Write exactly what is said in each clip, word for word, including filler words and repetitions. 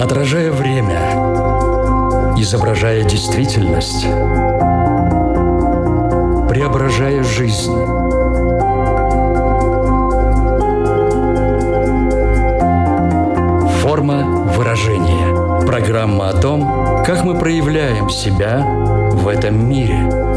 Отражая время, изображая действительность, преображая жизнь. Форма выражения. Программа о том, как мы проявляем себя в этом мире.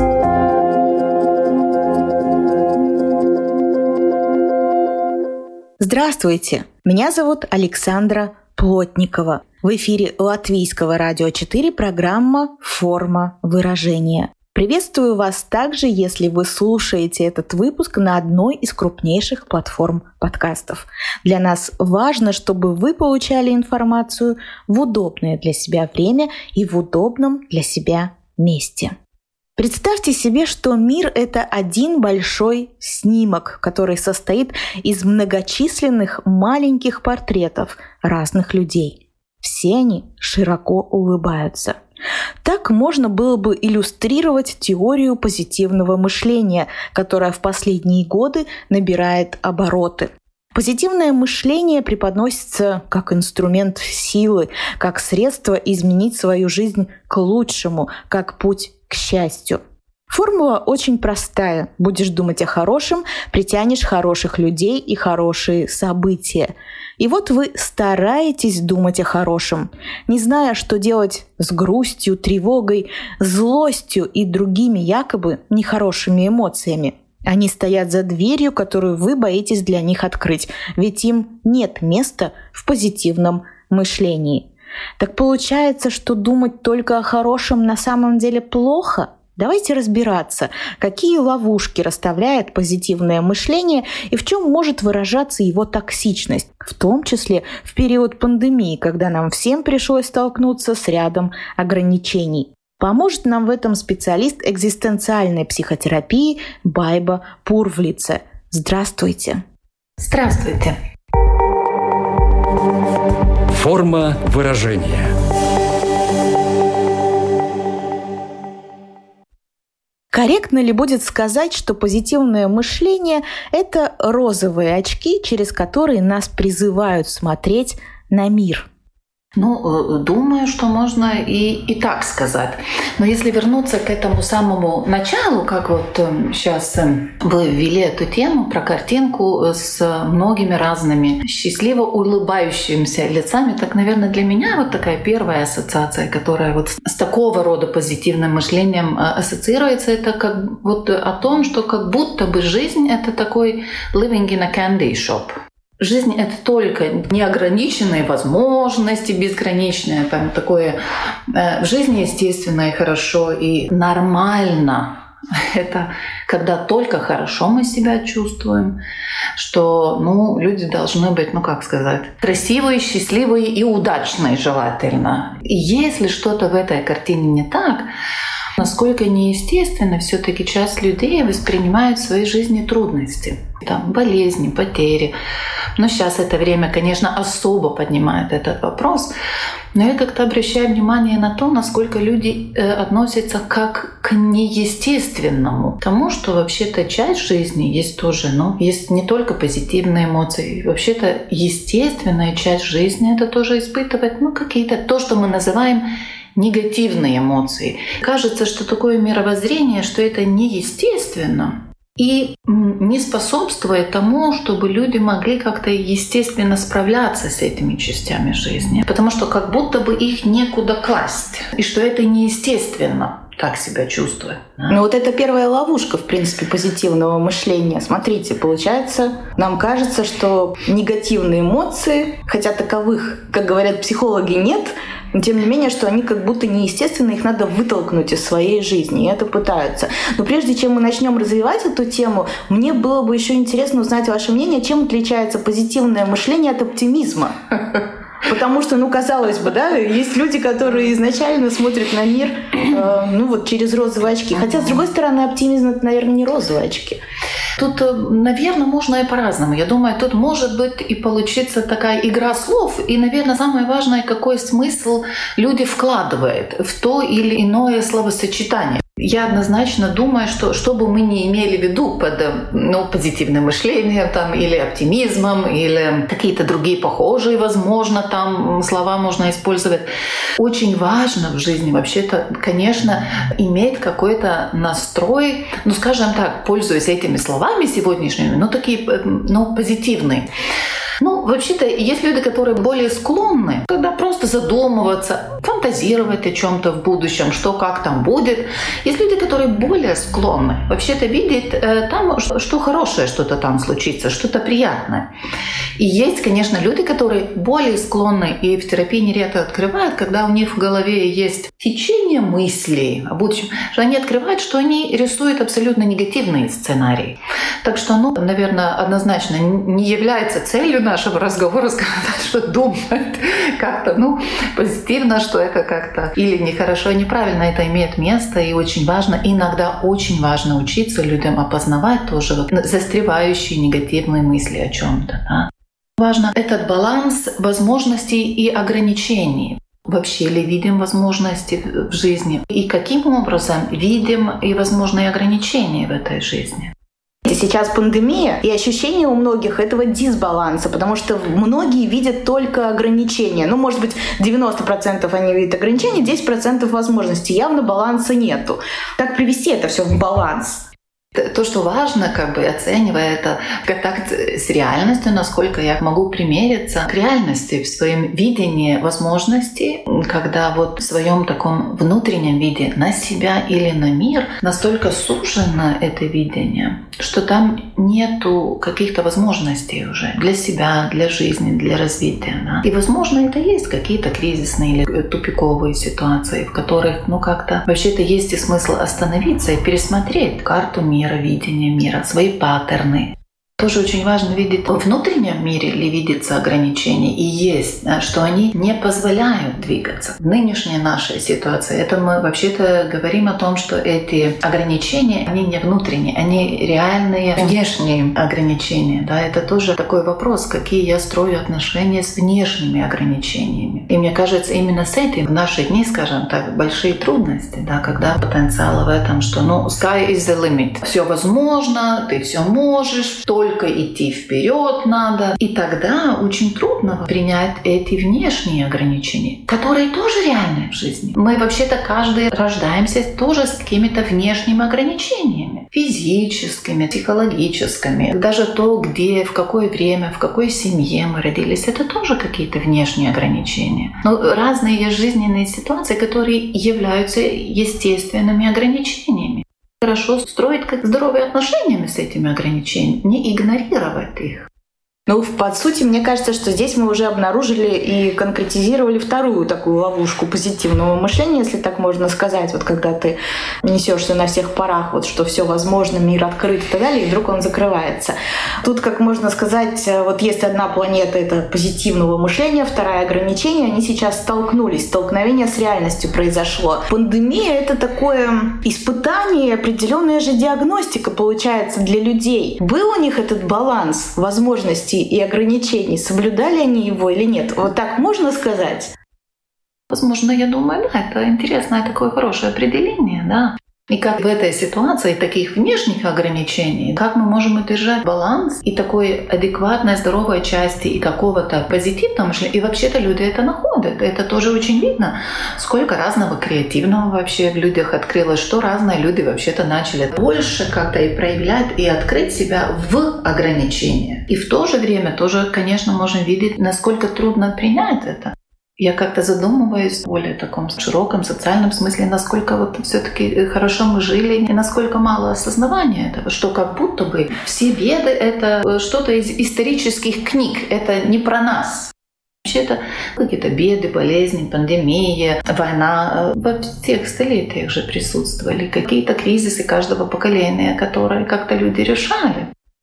Здравствуйте! Меня зовут Александра Плотникова. В эфире Латвийского радио четыре программа «Форма выражения». Приветствую вас также, если вы слушаете этот выпуск на одной из крупнейших платформ подкастов. Для нас важно, чтобы вы получали информацию в удобное для себя время и в удобном для себя месте. Представьте себе, что мир — это один большой снимок, который состоит из многочисленных маленьких портретов разных людей. Все они широко улыбаются. Так можно было бы иллюстрировать теорию позитивного мышления, которая в последние годы набирает обороты. Позитивное мышление преподносится как инструмент силы, как средство изменить свою жизнь к лучшему, как путь к счастью. Формула очень простая. Будешь думать о хорошем, притянешь хороших людей и хорошие события. И вот вы стараетесь думать о хорошем, не зная, что делать с грустью, тревогой, злостью и другими якобы нехорошими эмоциями. Они стоят за дверью, которую вы боитесь для них открыть, ведь им нет места в позитивном мышлении. Так получается, что думать только о хорошем на самом деле плохо? Давайте разбираться, какие ловушки расставляет позитивное мышление и в чем может выражаться его токсичность, в том числе в период пандемии, когда нам всем пришлось столкнуться с рядом ограничений. Поможет нам в этом специалист экзистенциальной психотерапии Байба Пурвлице. Здравствуйте. Здравствуйте. Форма выражения. Корректно ли будет сказать, что позитивное мышление – это розовые очки, через которые нас призывают смотреть на мир? Ну, думаю, что можно и, и так сказать. Но если вернуться к этому самому началу, как вот сейчас вы ввели эту тему про картинку с многими разными счастливо улыбающимися лицами, так, наверное, для меня вот такая первая ассоциация, которая вот с такого рода позитивным мышлением ассоциируется, это как вот о том, что как будто бы жизнь — это такой living in a candy shop. Жизнь — это только неограниченные возможности, безграничное, там такое э, в жизни естественно и хорошо, и нормально. Это когда только хорошо мы себя чувствуем, что ну, люди должны быть, ну как сказать, красивые, счастливые и удачные желательно. И если что-то в этой картине не так, насколько неестественно все-таки часть людей воспринимают в своей жизни трудности, там, болезни, потери. Но сейчас это время, конечно, особо поднимает этот вопрос. Но я как-то обращаю внимание на то, насколько люди э, относятся как к неестественному. Тому, что вообще-то часть жизни есть тоже, ну, есть не только позитивные эмоции. Вообще-то естественная часть жизни — это тоже испытывать, ну, какие-то, то, что мы называем негативные эмоции. Кажется, что такое мировоззрение, что это неестественно и не способствует тому, чтобы люди могли как-то естественно справляться с этими частями жизни. Потому что как будто бы их некуда класть, и что это неестественно так себя чувствовать. Ну вот это первая ловушка, в принципе, позитивного мышления. Смотрите, получается, нам кажется, что негативные эмоции, хотя таковых, как говорят психологи, нет, но тем не менее, что они как будто неестественны, их надо вытолкнуть из своей жизни, и это пытаются. Но прежде чем мы начнем развивать эту тему, мне было бы еще интересно узнать ваше мнение, чем отличается позитивное мышление от оптимизма. Потому что, ну, казалось бы, да, есть люди, которые изначально смотрят на мир, э, ну, вот через розовые очки. Хотя, с другой стороны, оптимизм — это, наверное, не розовые очки. Тут, наверное, можно и по-разному. Я думаю, тут может быть и получиться такая игра слов. И, наверное, самое важное, какой смысл люди вкладывают в то или иное словосочетание. Я однозначно думаю, что что бы мы ни имели в виду под ну, позитивным мышлением там, или оптимизмом, или какие-то другие похожие, возможно, там слова можно использовать, очень важно в жизни вообще-то, конечно, иметь какой-то настрой, ну, скажем так, пользуясь этими словами сегодняшними, ну, такие, ну, позитивные. Ну, вообще-то, есть люди, которые более склонны тогда просто задумываться, фантазировать о чем-то в будущем, что как там будет. Есть люди, которые более склонны вообще-то видеть э, там, что, что хорошее что-то там случится, что-то приятное. И есть, конечно, люди, которые более склонны, и в терапии нередко открывают, когда у них в голове есть течение мыслей о будущем, что они открывают, что они рисуют абсолютно негативные сценарии. Так что, ну, наверное, однозначно не является целью нашего разговора сказать, что думает как-то, ну, позитивно, что это как-то или нехорошо, неправильно, это имеет место, и очень важно, иногда очень важно учиться людям опознавать тоже вот застревающие негативные мысли о чем-то. Да? Важно этот баланс возможностей и ограничений. Вообще ли видим возможности в жизни? И каким образом видим и возможные ограничения в этой жизни? Сейчас пандемия, и ощущение у многих этого дисбаланса, потому что многие видят только ограничения. Ну, может быть, девяносто процентов они видят ограничения, десять процентов возможностей. Явно баланса нету. Как привести это все в баланс? То, что важно, как бы оценивая это контакт с реальностью, насколько я могу примериться к реальности в своем видении возможностей, когда вот в своем таком внутреннем виде на себя или на мир настолько сужено это видение, что там нету каких-то возможностей уже для себя, для жизни, для развития. Да? И, возможно, это есть какие-то кризисные или тупиковые ситуации, в которых, ну, как-то вообще-то есть и смысл остановиться и пересмотреть карту мира, видение мира, свои паттерны. Тоже очень важно видеть, в внутреннем мире ли видится ограничения и есть, да, что они не позволяют двигаться. В нынешней нашей ситуации это мы вообще-то говорим о том, что эти ограничения, они не внутренние, они реальные внешние ограничения. Да, это тоже такой вопрос, какие я строю отношения с внешними ограничениями. И мне кажется, именно с этим в наши дни, скажем так, большие трудности, да, когда потенциал в этом, что ну, sky is the limit. Все возможно, ты все можешь, только идти вперед надо. И тогда очень трудно принять эти внешние ограничения, которые тоже реальны в жизни. Мы вообще-то каждый рождаемся тоже с какими-то внешними ограничениями. Физическими, психологическими. Даже то, где, в какое время, в какой семье мы родились, это тоже какие-то внешние ограничения. Но разные есть жизненные ситуации, которые являются естественными ограничениями. Хорошо строить как здоровые отношения с этими ограничениями, не игнорировать их. Ну, по сути, мне кажется, что здесь мы уже обнаружили и конкретизировали вторую такую ловушку позитивного мышления, если так можно сказать. Вот когда ты несешься на всех парах, вот что все возможно, мир открыт и так далее, и вдруг он закрывается. Тут, как можно сказать, вот есть одна планета — это позитивного мышления, вторая — ограничения, они сейчас столкнулись, столкновение с реальностью произошло. Пандемия — это такое испытание, определенная же диагностика получается для людей. Был у них этот баланс возможностей и ограничений, соблюдали они его или нет? Вот так можно сказать? Возможно, я думаю, да, это интересное такое хорошее определение, да. И как в этой ситуации таких внешних ограничений, как мы можем удержать баланс и такой адекватной, здоровой части и какого-то позитивного мышления. И вообще-то люди это находят. Это тоже очень видно, сколько разного креативного вообще в людях открылось, что разные люди вообще-то начали больше как-то и проявлять, и открыть себя в ограничения. И в то же время тоже, конечно, можем видеть, насколько трудно принять это. Я как-то задумываюсь в более таком широком социальном смысле, насколько вот все-таки хорошо мы жили и насколько мало осознавания этого, что как будто бы все беды — это что-то из исторических книг, это не про нас. Вообще это какие-то беды, болезни, пандемия, война во всех столетиях же присутствовали, какие-то кризисы каждого поколения, которые как-то люди решали.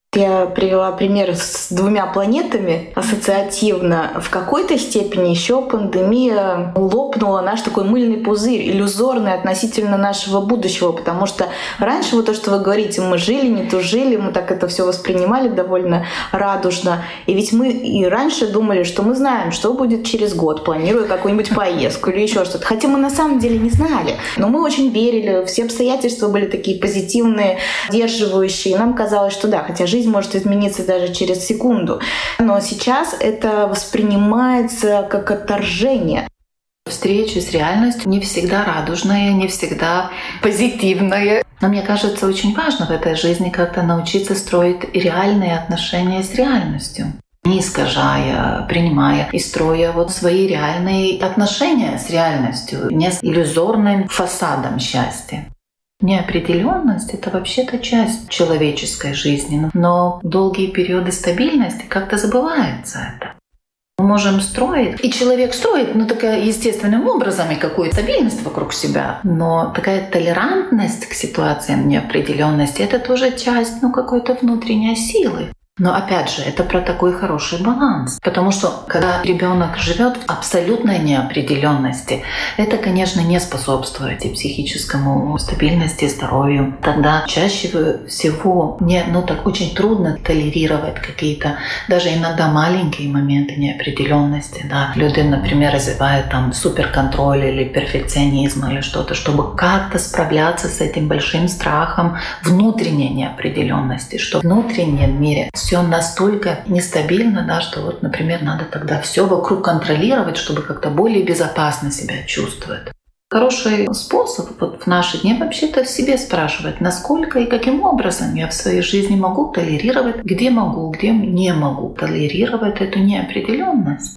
Я привела пример с двумя планетами ассоциативно. В какой-то степени еще пандемия лопнула наш такой мыльный пузырь, иллюзорный относительно нашего будущего, потому что раньше вот то, что вы говорите, мы жили, не тужили, мы так это все воспринимали довольно радужно. И ведь мы и раньше думали, что мы знаем, что будет через год, планируя какую-нибудь поездку или еще что-то. Хотя мы на самом деле не знали. Но мы очень верили, все обстоятельства были такие позитивные, поддерживающие. И нам казалось, что да, хотя жизнь Жизнь может измениться даже через секунду. Но сейчас это воспринимается как отторжение. Встреча с реальностью не всегда радужная, не всегда позитивная. Но мне кажется, очень важно в этой жизни как-то научиться строить реальные отношения с реальностью. Не искажая, принимая и строя вот свои реальные отношения с реальностью, не с иллюзорным фасадом счастья. Неопределенность — это вообще-то часть человеческой жизни, но долгие периоды стабильности как-то забывается это. Мы можем строить, и человек строит, ну, такая естественным образом и какую-то стабильность вокруг себя, но такая толерантность к ситуациям неопределенности — это тоже часть, ну, какой-то внутренней силы. Но опять же, это про такой хороший баланс. Потому что когда ребенок живет в абсолютной неопределенности, это, конечно, не способствует и психическому стабильности, здоровью. Тогда чаще всего мне ну, так очень трудно толерировать какие-то даже иногда маленькие моменты неопределенности. Да. Люди, например, развивают там суперконтроль или перфекционизм или что-то, чтобы как-то справляться с этим большим страхом внутренней неопределенности, что в внутреннем мире все настолько нестабильно, да, что вот, например, надо тогда все вокруг контролировать, чтобы как-то более безопасно себя чувствовать. Хороший способ вот в наши дни вообще-то в себе спрашивать, насколько и каким образом я в своей жизни могу толерировать, где могу, где не могу толерировать эту неопределенность.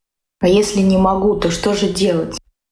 А если не могу, то что же делать?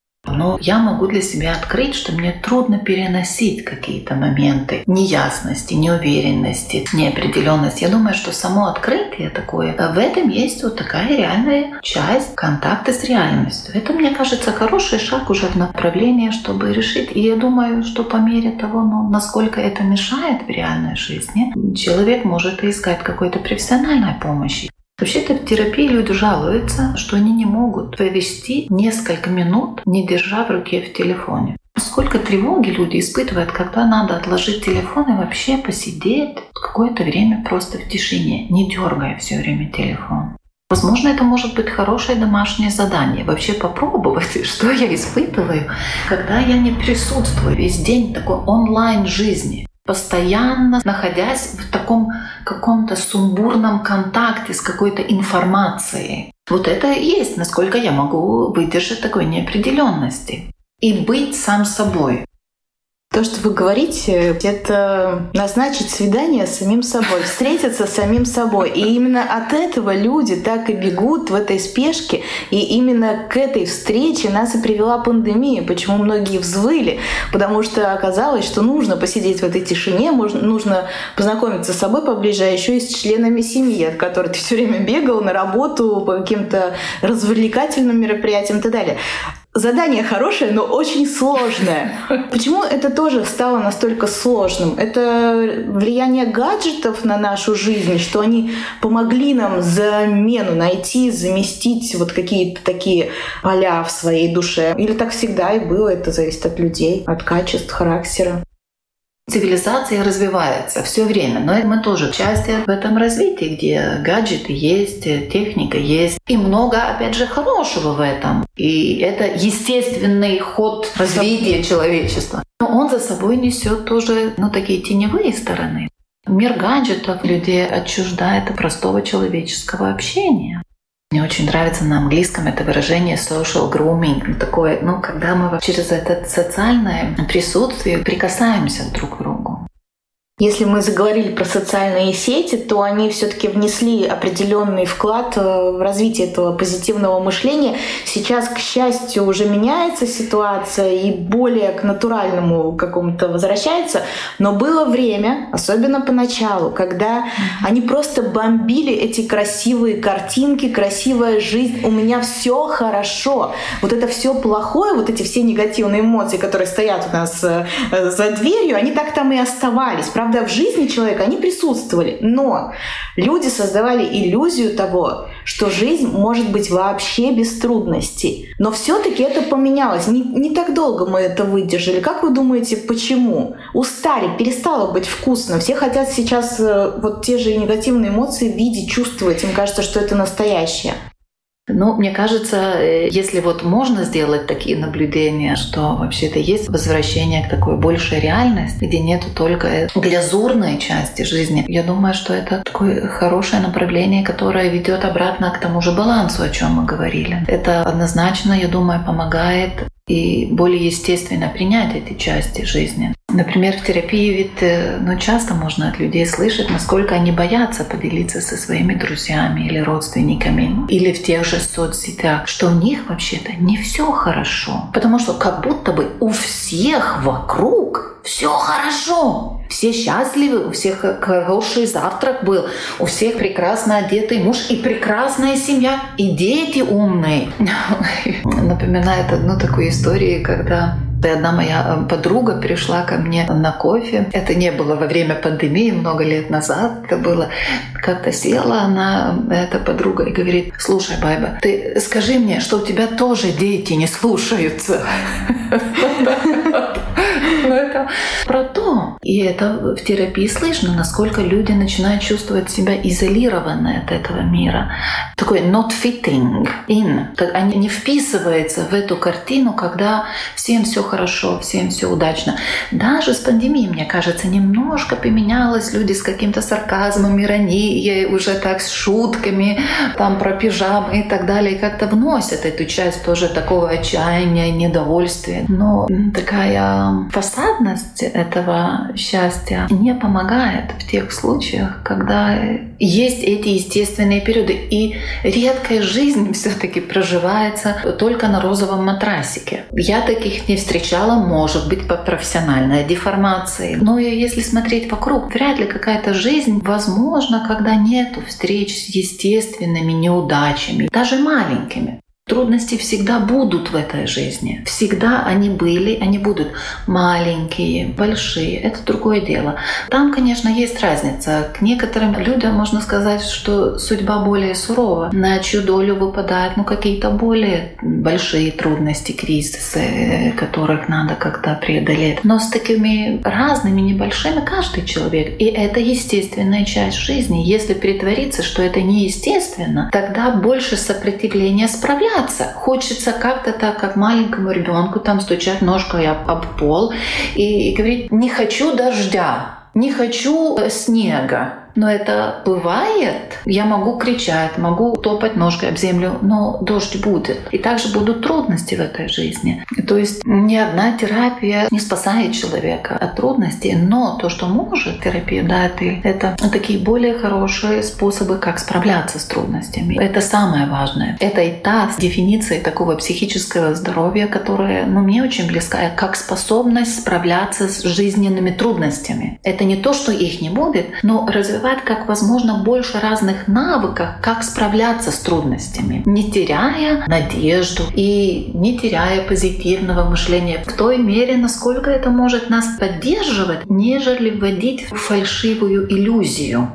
Но я могу для себя открыть, что мне трудно переносить какие-то моменты неясности, неуверенности, неопределенности. Я думаю, что само открытие такое, в этом есть вот такая реальная часть контакта с реальностью. Это, мне кажется, хороший шаг уже в направлении, чтобы решить. И я думаю, что по мере того, ну, насколько это мешает в реальной жизни, человек может искать какой-то профессиональной помощи. Вообще-то в терапии люди жалуются, что они не могут провести несколько минут, не держа в руке в телефоне. Сколько тревоги люди испытывают, когда надо отложить телефон и вообще посидеть какое-то время просто в тишине, не дергая все время телефон. Возможно, это может быть хорошее домашнее задание. Вообще попробовать, что я испытываю, когда я не присутствую весь день такой онлайн-жизни. Постоянно находясь в таком каком-то сумбурном контакте с какой-то информацией. Вот это и есть, насколько я могу выдержать такой неопределенности и быть сам собой. То, что вы говорите, это назначить свидание с самим собой, встретиться с самим собой. И именно от этого люди так и бегут в этой спешке. И именно к этой встрече нас и привела пандемия. Почему многие взвыли? Потому что оказалось, что нужно посидеть в этой тишине, нужно познакомиться с собой поближе, а еще и с членами семьи, от которой ты все время бегал на работу, по каким-то развлекательным мероприятиям и так далее. Задание хорошее, но очень сложное. Почему это тоже стало настолько сложным? Это влияние гаджетов на нашу жизнь, что они помогли нам замену найти, заместить вот какие-то такие поля в своей душе. Или так всегда и было, это зависит от людей, от качеств характера. Цивилизация развивается все время, но мы тоже часть в этом развитии, где гаджеты есть, техника есть, и много, опять же, хорошего в этом. И это естественный ход развития человечества. Но он за собой несет тоже, ну, такие теневые стороны. Мир гаджетов людей отчуждает от простого человеческого общения. Мне очень нравится на английском это выражение social grooming. Такое, ну, когда мы через это социальное присутствие прикасаемся друг к другу. Если мы заговорили про социальные сети, то они все-таки внесли определенный вклад в развитие этого позитивного мышления. Сейчас, к счастью, уже меняется ситуация и более к натуральному какому-то возвращается. Но было время, особенно поначалу, когда mm-hmm. они просто бомбили эти красивые картинки, красивая жизнь, у меня все хорошо. Вот это все плохое, вот эти все негативные эмоции, которые стоят у нас за дверью, они так там и оставались. правда, в жизни человека они присутствовали, но люди создавали иллюзию того, что жизнь может быть вообще без трудностей. Но все-таки это поменялось. Не, не так долго мы это выдержали. Как вы думаете, почему? Устали, перестало быть вкусно. Все хотят сейчас вот те же негативные эмоции видеть, чувствовать. Им кажется, что это настоящее. Ну, мне кажется, если вот можно сделать такие наблюдения, что вообще-то есть возвращение к такой большей реальности, где нету только глазурной части жизни, я думаю, что это такое хорошее направление, которое ведет обратно к тому же балансу, о чем мы говорили. Это однозначно, я думаю, помогает и более естественно принять эти части жизни. Например, в терапии ведь ну, часто можно от людей слышать, насколько они боятся поделиться со своими друзьями или родственниками, или в тех же соцсетях, что у них вообще-то не все хорошо. Потому что как будто бы у всех вокруг все хорошо. Все счастливы, у всех хороший завтрак был, у всех прекрасно одетый муж и прекрасная семья, и дети умные. Напоминает одну такую историю, когда одна моя подруга пришла ко мне на кофе. Это не было во время пандемии, много лет назад это было. Как-то села она, эта подруга, и говорит: «Слушай, Байба, ты скажи мне, что у тебя тоже дети не слушаются». Но это про то. И это в терапии слышно, насколько люди начинают чувствовать себя изолированно от этого мира. Такой not fitting in. Они не вписываются в эту картину, когда всем все хорошо, всем все удачно. Даже с пандемией, мне кажется, немножко поменялось. Люди с каким-то сарказмом, иронией, уже так с шутками, там про пижамы и так далее, и как-то вносят эту часть тоже такого отчаяния, недовольствия. Но такая фасадность этого счастья не помогает в тех случаях, когда есть эти естественные периоды. И редкая жизнь все-таки проживается только на розовом матрасике. Я таких не встречала, может быть, по профессиональной деформации. Но и если смотреть вокруг, вряд ли какая-то жизнь возможна, когда нету встреч с естественными неудачами, даже маленькими. Трудности всегда будут в этой жизни. Всегда они были, они будут маленькие, большие. Это другое дело. Там, конечно, есть разница. К некоторым людям можно сказать, что судьба более сурова. На чью долю выпадают ну, какие-то более большие трудности, кризисы, которых надо как-то преодолеть. Но с такими разными, небольшими каждый человек. И это естественная часть жизни. Если притвориться, что это неестественно, тогда больше сопротивления справляться. Хочется как-то так, как маленькому ребенку, там стучать ножкой об, об пол и, и говорить: «Не хочу дождя, не хочу снега». Но это бывает. Я могу кричать, могу топать ножкой об землю, но дождь будет. И также будут трудности в этой жизни. То есть ни одна терапия не спасает человека от трудностей, но то, что может терапия дать, это такие более хорошие способы, как справляться с трудностями. Это самое важное. Это и та дефиниция такого психического здоровья, которая ну, мне очень близка, как способность справляться с жизненными трудностями. Это не то, что их не будет, но развивать как возможно больше разных навыков, как справляться с трудностями, не теряя надежду и не теряя позитивного мышления в той мере, насколько это может нас поддерживать, нежели вводить в фальшивую иллюзию.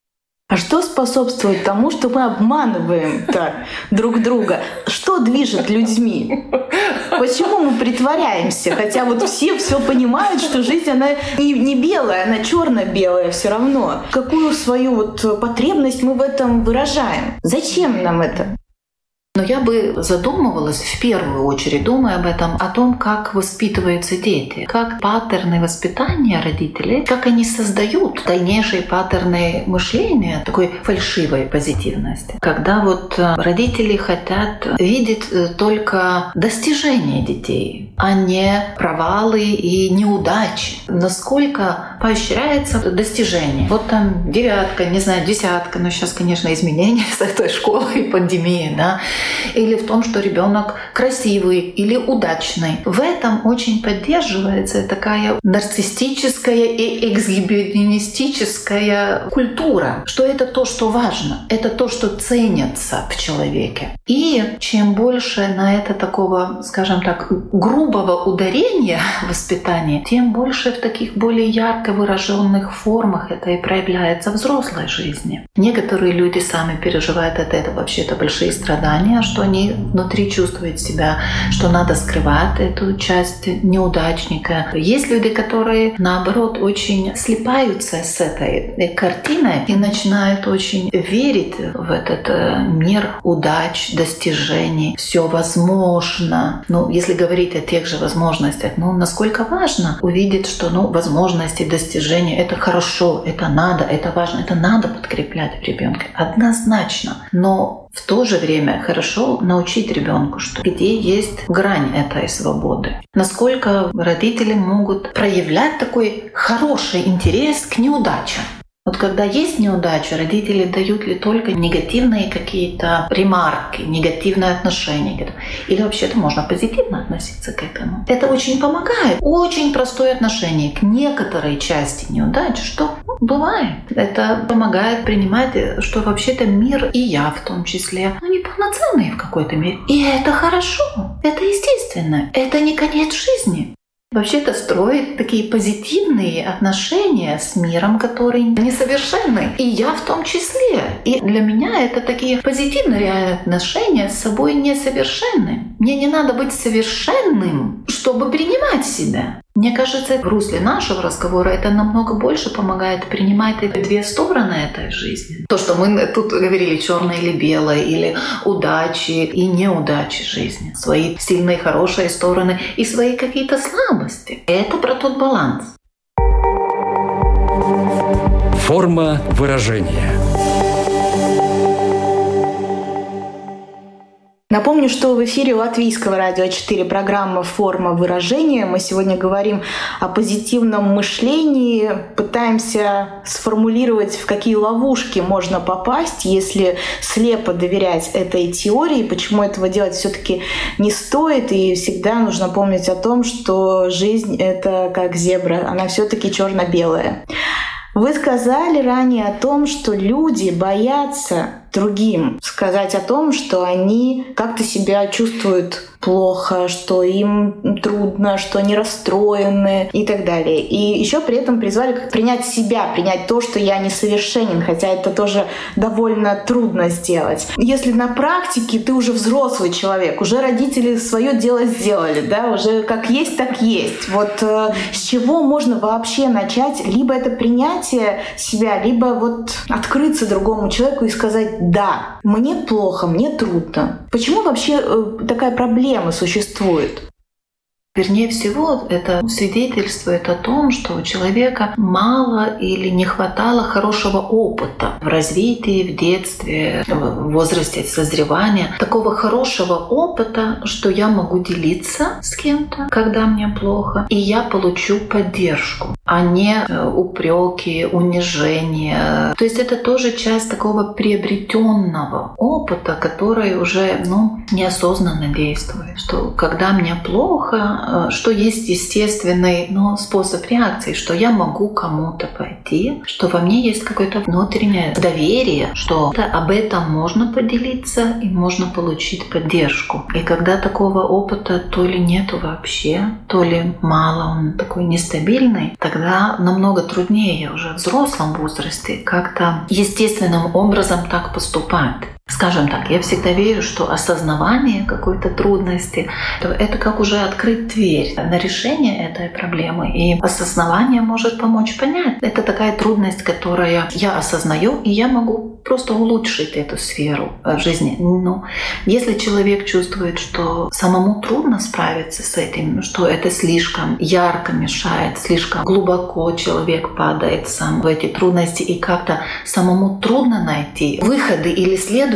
А что способствует тому, что мы обманываем-то друг друга? Что движет людьми? Почему мы притворяемся? Хотя вот все все понимают, что жизнь, она не, не белая, она черно-белая все равно. Какую свою вот потребность мы в этом выражаем? Зачем нам это? Но я бы задумывалась в первую очередь, думая об этом, о том, как воспитываются дети, как паттерны воспитания родителей, как они создают дальнейшие паттерны мышления такой фальшивой позитивности. Когда вот родители хотят видеть только достижения детей, а не провалы и неудачи. Насколько поощряется достижение. Вот там девятка, не знаю, десятка, но сейчас, конечно, изменения с этой школой и пандемией, да. или в том, что ребенок красивый или удачный. В этом очень поддерживается такая нарциссическая и эксгибиционистическая культура, что это то, что важно, это то, что ценится в человеке. И чем больше на это такого, скажем так, грубого ударения в воспитании, тем больше в таких более ярко выраженных формах это и проявляется в взрослой жизни. Некоторые люди сами переживают от этого вообще-то большие страдания, что они внутри чувствуют себя, что надо скрывать эту часть неудачника. Есть люди, которые, наоборот, очень слипаются с этой картиной и начинают очень верить в этот мир удач, достижений. Все возможно. Ну, если говорить о тех же возможностях, ну, насколько важно увидеть, что, ну, возможности, достижения — это хорошо, это надо, это важно, это надо подкреплять в ребенке. Однозначно. Но в то же время хорошо научить ребенку, что где есть грань этой свободы. Насколько родители могут проявлять такой хороший интерес к неудачам. Вот когда есть неудача, родители дают ли только негативные какие-то ремарки, негативное отношение к этому? Или вообще-то можно позитивно относиться к этому? Это очень помогает. Очень простое отношение к некоторой части неудач, что ну, бывает. Это помогает принимать, что вообще-то мир, и я в том числе, ну, неполноценные в какой-то мере. И это хорошо. Это естественно. Это не конец жизни. Вообще-то строить такие позитивные отношения с миром, который несовершенный. И я в том числе. И для меня это такие позитивные отношения с собой несовершенным. Мне не надо быть совершенным, чтобы принимать себя. Мне кажется, в русле нашего разговора это намного больше помогает принимать эти две стороны этой жизни. То, что мы тут говорили, черное или белое, или удачи и неудачи жизни. Свои сильные, хорошие стороны и свои какие-то слабости. Это про тот баланс. Форма выражения. Напомню, что в эфире Латвийского радио четыре программа «Форма выражения». Мы сегодня говорим о позитивном мышлении, пытаемся сформулировать, в какие ловушки можно попасть, если слепо доверять этой теории, почему этого делать все-таки не стоит, и всегда нужно помнить о том, что жизнь — это как зебра, она все-таки черно-белая. Вы сказали ранее о том, что люди боятся другим сказать о том, что они как-то себя чувствуют плохо, что им трудно, что они расстроены и так далее. И еще при этом призвали принять себя, принять то, что я несовершенен, хотя это тоже довольно трудно сделать. Если на практике ты уже взрослый человек, уже родители свое дело сделали, да, уже как есть, так есть. Вот э, с чего можно вообще начать? Либо это принятие себя, либо вот открыться другому человеку и сказать: да, мне плохо, мне трудно. Почему вообще э, такая проблема существует? Вернее всего, это свидетельствует о том, что у человека мало или не хватало хорошего опыта в развитии, в детстве, в возрасте созревания. Такого хорошего опыта, что я могу делиться с кем-то, когда мне плохо, и я получу поддержку, а не упреки, унижения. То есть это тоже часть такого приобретенного опыта, который уже ну, неосознанно действует. Что когда мне плохо, что есть естественный ну, способ реакции, что я могу кому-то пойти, что во мне есть какое-то внутреннее доверие, что об этом можно поделиться и можно получить поддержку. И когда такого опыта то ли нету вообще, то ли мало, он такой нестабильный, тогда намного труднее уже в взрослом возрасте как-то естественным образом так поступать. Скажем так, я всегда верю, что осознавание какой-то трудности — это как уже открыть дверь на решение этой проблемы. И осознавание может помочь понять. Это такая трудность, которую я осознаю, и я могу просто улучшить эту сферу жизни. Но если человек чувствует, что самому трудно справиться с этим, что это слишком ярко мешает, слишком глубоко человек падает сам в эти трудности, и как-то самому трудно найти выходы или следующие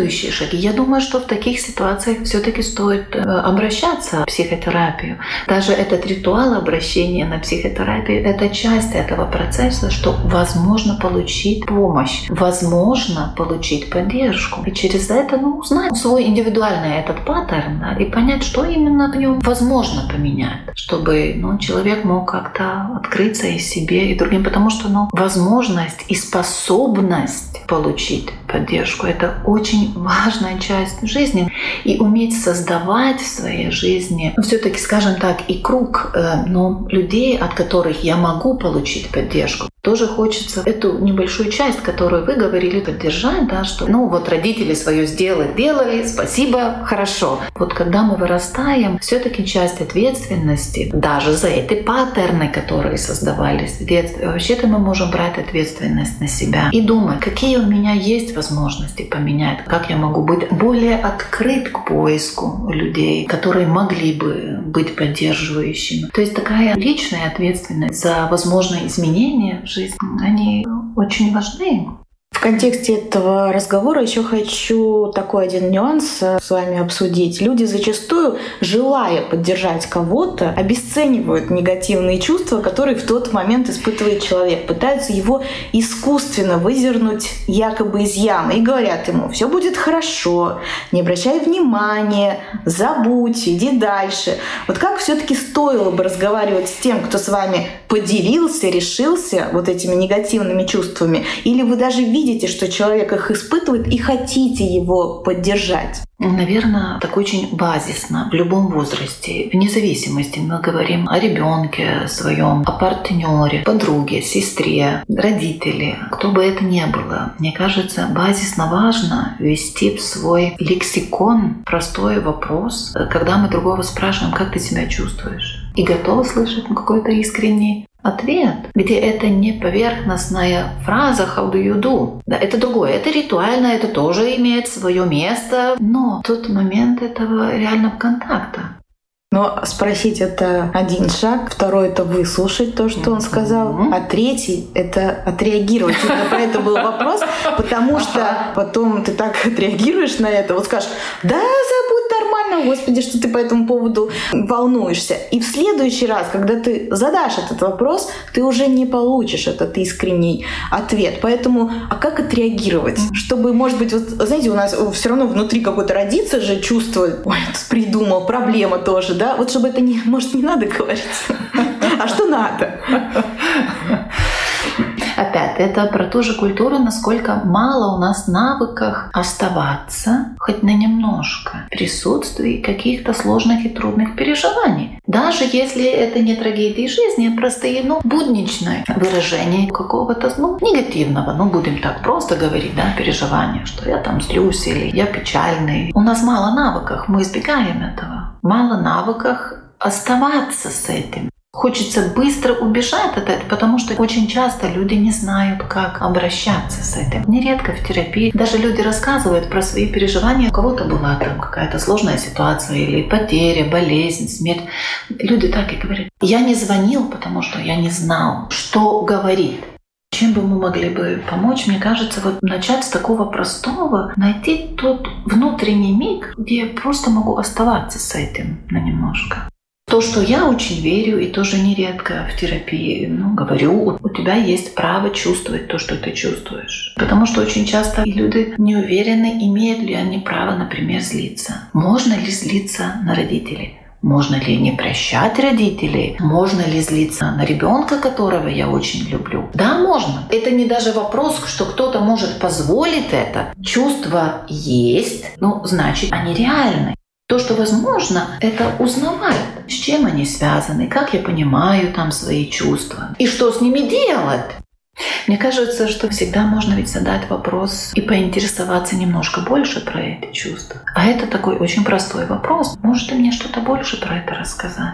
следующие шаги. Я думаю, что в таких ситуациях все-таки стоит обращаться в психотерапию. Даже этот ритуал обращения на психотерапию — это часть этого процесса, что возможно получить помощь, возможно получить поддержку. И через это ну, узнать свой индивидуальный этот паттерн, да, и понять, что именно в нем возможно поменять, чтобы ну, человек мог как-то открыться и себе, и другим. Потому что ну, возможность и способность получить поддержку — это очень важная часть жизни. И уметь создавать в своей жизни, ну, все-таки, скажем так, и круг э, ну, людей, от которых я могу получить поддержку. Тоже хочется эту небольшую часть, которую вы говорили, поддержать, да, что ну вот родители свое сделали, делали, спасибо, хорошо. Вот когда мы вырастаем, все-таки часть ответственности, даже за эти паттерны, которые создавались в детстве, вообще-то мы можем брать ответственность на себя и думать, какие у меня есть возможности поменять, как я могу быть более открыт к поиску людей, которые могли бы быть поддерживающими. То есть такая личная ответственность за возможные изменения в жизни, они очень важны. В контексте этого разговора еще хочу такой один нюанс с вами обсудить. Люди зачастую, желая поддержать кого-то, обесценивают негативные чувства, которые в тот момент испытывает человек. Пытаются его искусственно выдернуть якобы из ямы и говорят ему: все будет хорошо, не обращай внимания, забудь, иди дальше. Вот как все-таки стоило бы разговаривать с тем, кто с вами поделился, решился вот этими негативными чувствами? Или вы даже видите, что человек их испытывает и хотите его поддержать? Наверное, так очень базисно в любом возрасте, вне зависимости. Мы говорим о ребенке своем, о партнере, подруге, сестре, родителе, кто бы это ни было. Мне кажется, базисно важно ввести в свой лексикон простой вопрос, когда мы другого спрашиваем: как ты себя чувствуешь? И готовы слышать какой-то искренний ответ, где это не поверхностная фраза «how do you do?». Да, это другое, это ритуально, это тоже имеет свое место, но тот момент этого реального контакта. Но спросить — это один шаг, второй — это выслушать то, что он сказал, а третий — это отреагировать. Именно про это был вопрос, потому что потом ты так отреагируешь на это, вот скажешь: да, забудь, нормально, господи, что ты по этому поводу волнуешься. И в следующий раз, когда ты задашь этот вопрос, ты уже не получишь этот искренний ответ. Поэтому, а как отреагировать? Чтобы, может быть, вот, знаете, у нас все равно внутри какое-то родится же чувство: ой, тут придумал, проблема тоже, да? Да? Вот чтобы это не, может, не надо говорить, а что надо? Опять, это про ту же культуру, насколько мало у нас навыков оставаться хоть на немножко в присутствии каких-то сложных и трудных переживаний. Даже если это не трагедии жизни, а простые, ну, будничное выражение какого-то, ну, негативного, ну, будем так просто говорить, да, переживания, что я там злюсь или я печальный. У нас мало навыков, мы избегаем этого. Мало навыков оставаться с этим. Хочется быстро убежать от этого, потому что очень часто люди не знают, как обращаться с этим. Нередко в терапии даже люди рассказывают про свои переживания. У кого-то была там какая-то сложная ситуация или потеря, болезнь, смерть. Люди так и говорят: я не звонил, потому что я не знал, что говорить. Чем бы мы могли бы помочь? Мне кажется, вот начать с такого простого, найти тот внутренний миг, где я просто могу оставаться с этим на немножко. То, что я очень верю, и тоже нередко в терапии ну, говорю: у тебя есть право чувствовать то, что ты чувствуешь. Потому что очень часто люди не уверены, имеют ли они право, например, злиться. Можно ли злиться на родителей? Можно ли не прощать родителей? Можно ли злиться на ребенка, которого я очень люблю? Да, можно. Это не даже вопрос, что кто-то может позволить это. Чувства есть, ну, значит, они реальны. То, что возможно, это узнавать, с чем они связаны, как я понимаю там свои чувства и что с ними делать. Мне кажется, что всегда можно ведь задать вопрос и поинтересоваться немножко больше про эти чувства. А это такой очень простой вопрос. Может, ты мне что-то больше про это рассказать?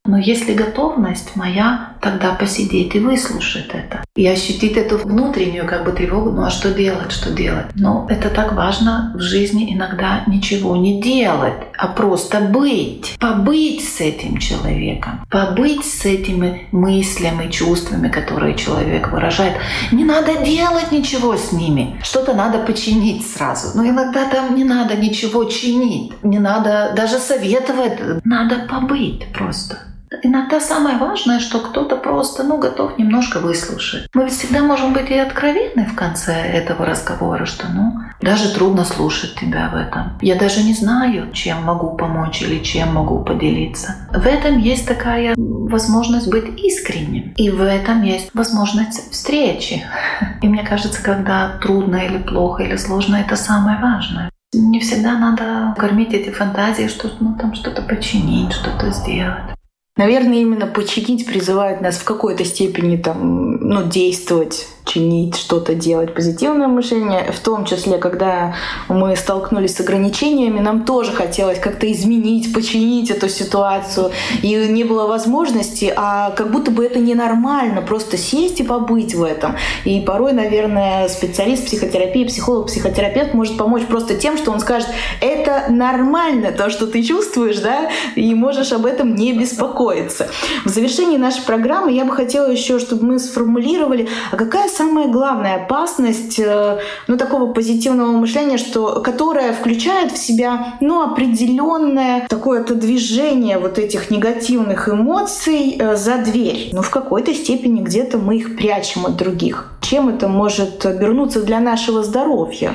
Но если готовность моя, тогда посидеть и выслушать это. И ощутить эту внутреннюю как бы тревогу, ну а что делать, что делать? Но это так важно в жизни иногда ничего не делать, а просто быть. Побыть с этим человеком, побыть с этими мыслями, чувствами, которые человек выражает. Не надо делать ничего с ними, что-то надо починить сразу. Но иногда там не надо ничего чинить, не надо даже советовать, надо побыть просто. Иногда самое важное, что кто-то просто ну, готов немножко выслушать. Мы ведь всегда можем быть и откровенны в конце этого разговора, что ну, даже трудно слушать тебя в этом. Я даже не знаю, чем могу помочь или чем могу поделиться. В этом есть такая возможность быть искренним. И в этом есть возможность встречи. И мне кажется, когда трудно или плохо или сложно, это самое важное. Не всегда надо кормить эти фантазии, что ну, там что-то починить, что-то сделать. Наверное, именно починить призывает нас в какой-то степени там, ну, действовать, чинить, что-то делать, позитивное мышление. В том числе, когда мы столкнулись с ограничениями, нам тоже хотелось как-то изменить, починить эту ситуацию. И не было возможности, а как будто бы это ненормально, просто сесть и побыть в этом. И порой, наверное, специалист психотерапии, психолог, психотерапевт может помочь просто тем, что он скажет, это нормально, то, что ты чувствуешь, да, и можешь об этом не беспокоиться. В завершении нашей программы я бы хотела еще, чтобы мы сформулировали, а какая самая главная опасность ну, такого позитивного мышления, что, которое включает в себя ну, определенное такое-то движение вот этих негативных эмоций за дверь. Ну, в какой-то степени где-то мы их прячем от других. Чем это может обернуться для нашего здоровья?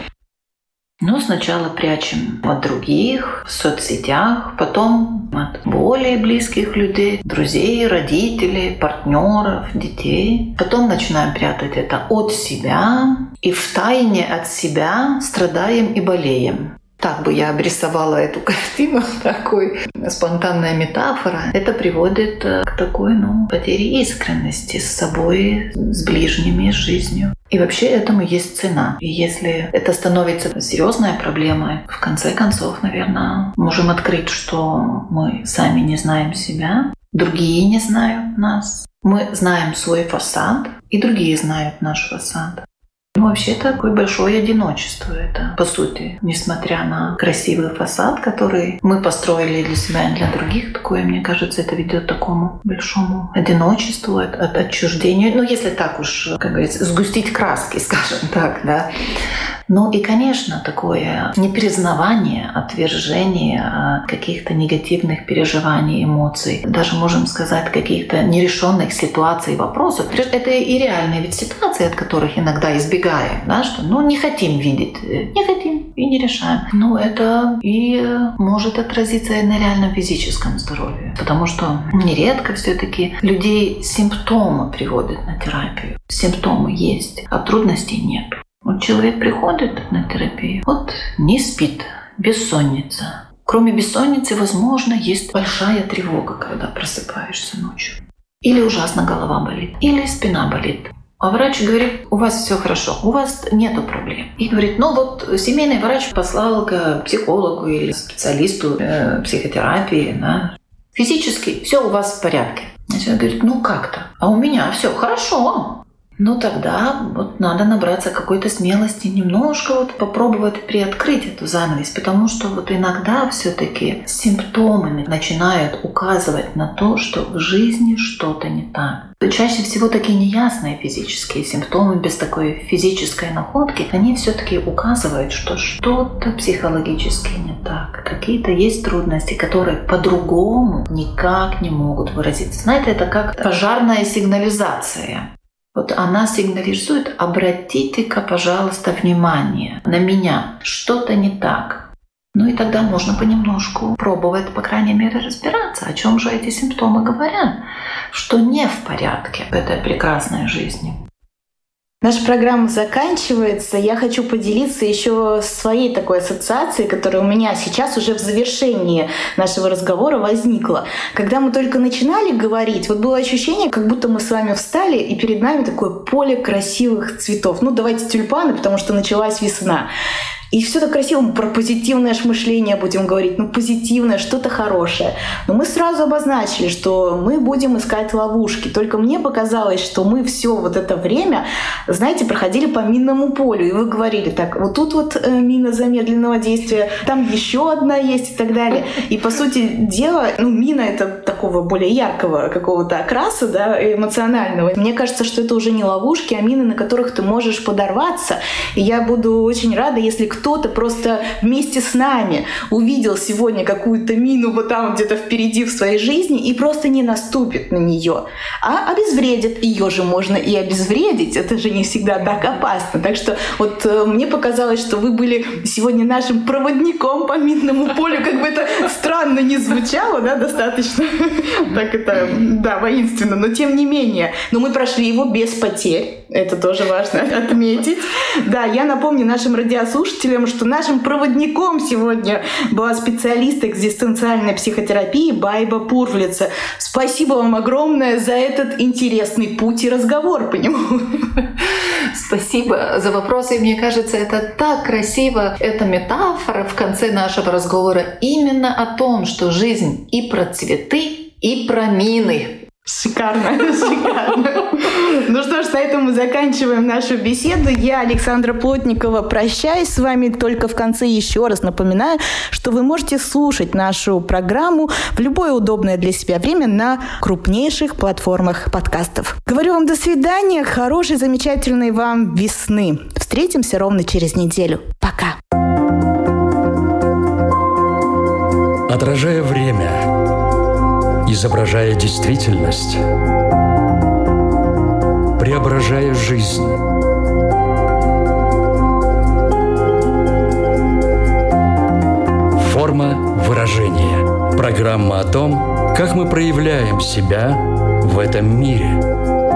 Ну, сначала прячем от других в соцсетях, потом от более близких людей, друзей, родителей, партнеров, детей. Потом начинаем прятать это от себя, и втайне от себя страдаем и болеем. Так бы я обрисовала эту картину, такой спонтанная метафора. Это приводит к такой, ну, потере искренности с собой, с ближними, с жизнью. И вообще этому есть цена. И если это становится серьезной проблемой, в конце концов, наверное, можем открыть, что мы сами не знаем себя, другие не знают нас. Мы знаем свой фасад, и другие знают наш фасад. Ну, вообще, такое большое одиночество это, по сути. Несмотря на красивый фасад, который мы построили для себя и для других, такое, мне кажется, это ведет к такому большому одиночеству, от, от отчуждения. Ну, если так уж, как говорится, сгустить краски, скажем так, да. Ну и, конечно, такое непризнавание, отвержение каких-то негативных переживаний, эмоций, даже, можем сказать, каких-то нерешенных ситуаций, вопросов. Это и реальные ведь ситуации, от которых иногда избегаем, да, что ну, не хотим видеть, не хотим и не решаем. Но это и может отразиться и на реальном физическом здоровье, потому что нередко все-таки людей симптомы приводят на терапию. Симптомы есть, а трудностей нет. Вот человек приходит на терапию, вот не спит, бессонница. Кроме бессонницы, возможно, есть большая тревога, когда просыпаешься ночью. Или ужасно голова болит, или спина болит. А врач говорит, у вас все хорошо, у вас нету проблем. И говорит, ну вот семейный врач послал к психологу или специалисту э, психотерапии. Да. Физически все у вас в порядке. И человек говорит, ну как-то, а у меня все хорошо. Ну тогда вот надо набраться какой-то смелости, немножко вот попробовать приоткрыть эту занавес, потому что вот иногда все-таки симптомы начинают указывать на то, что в жизни что-то не так. Чаще всего такие неясные физические симптомы без такой физической находки, они все-таки указывают, что что-то психологически не так. Какие-то есть трудности, которые по-другому никак не могут выразиться. Знаете, это как пожарная сигнализация. Вот она сигнализует, обратите-ка, пожалуйста, внимание на меня, что-то не так. Ну и тогда можно понемножку пробовать, по крайней мере, разбираться, о чем же эти симптомы говорят, что не в порядке в этой прекрасной жизни. Наша программа заканчивается. Я хочу поделиться еще своей такой ассоциацией, которая у меня сейчас уже в завершении нашего разговора возникла. Когда мы только начинали говорить, вот было ощущение, как будто мы с вами встали, и перед нами такое поле красивых цветов. Ну, давайте тюльпаны, потому что началась весна. И все так красиво, мы про позитивное мышление будем говорить, ну позитивное, что-то хорошее. Но мы сразу обозначили, что мы будем искать ловушки. Только мне показалось, что мы все вот это время, знаете, проходили по минному полю. И вы говорили так, вот тут вот э, мина замедленного действия, там еще одна есть и так далее. И по сути дела, ну мина — это такого более яркого какого-то окраса, да, эмоционального. Мне кажется, что это уже не ловушки, а мины, на которых ты можешь подорваться. И я буду очень рада, если кто-то просто вместе с нами увидел сегодня какую-то мину вот там где-то впереди в своей жизни и просто не наступит на нее, а обезвредит. Ее же можно и обезвредить. Это же не всегда так опасно. Так что вот э, мне показалось, что вы были сегодня нашим проводником по минному полю. Как бы это странно не звучало, да, достаточно так это, да, воинственно, но тем не менее. Но мы прошли его без потерь. Это тоже важно отметить. Да, я напомню нашим радиослушателям, что нашим проводником сегодня была специалист экзистенциальной психотерапии Байба Пурвлица. Спасибо вам огромное за этот интересный путь и разговор по нему. Спасибо за вопросы. Мне кажется, это так красиво. Эта метафора в конце нашего разговора именно о том, что жизнь и про цветы, и про мины. Шикарно, шикарно. Ну что ж, на этом мы заканчиваем нашу беседу. Я, Александра Плотникова, прощаюсь с вами. Только в конце еще раз напоминаю, что вы можете слушать нашу программу в любое удобное для себя время на крупнейших платформах подкастов. Говорю вам до свидания. Хорошей, замечательной вам весны. Встретимся ровно через неделю. Пока. Отражая время, изображая действительность, преображая жизнь. Форма выражения. Программа о том, как мы проявляем себя в этом мире.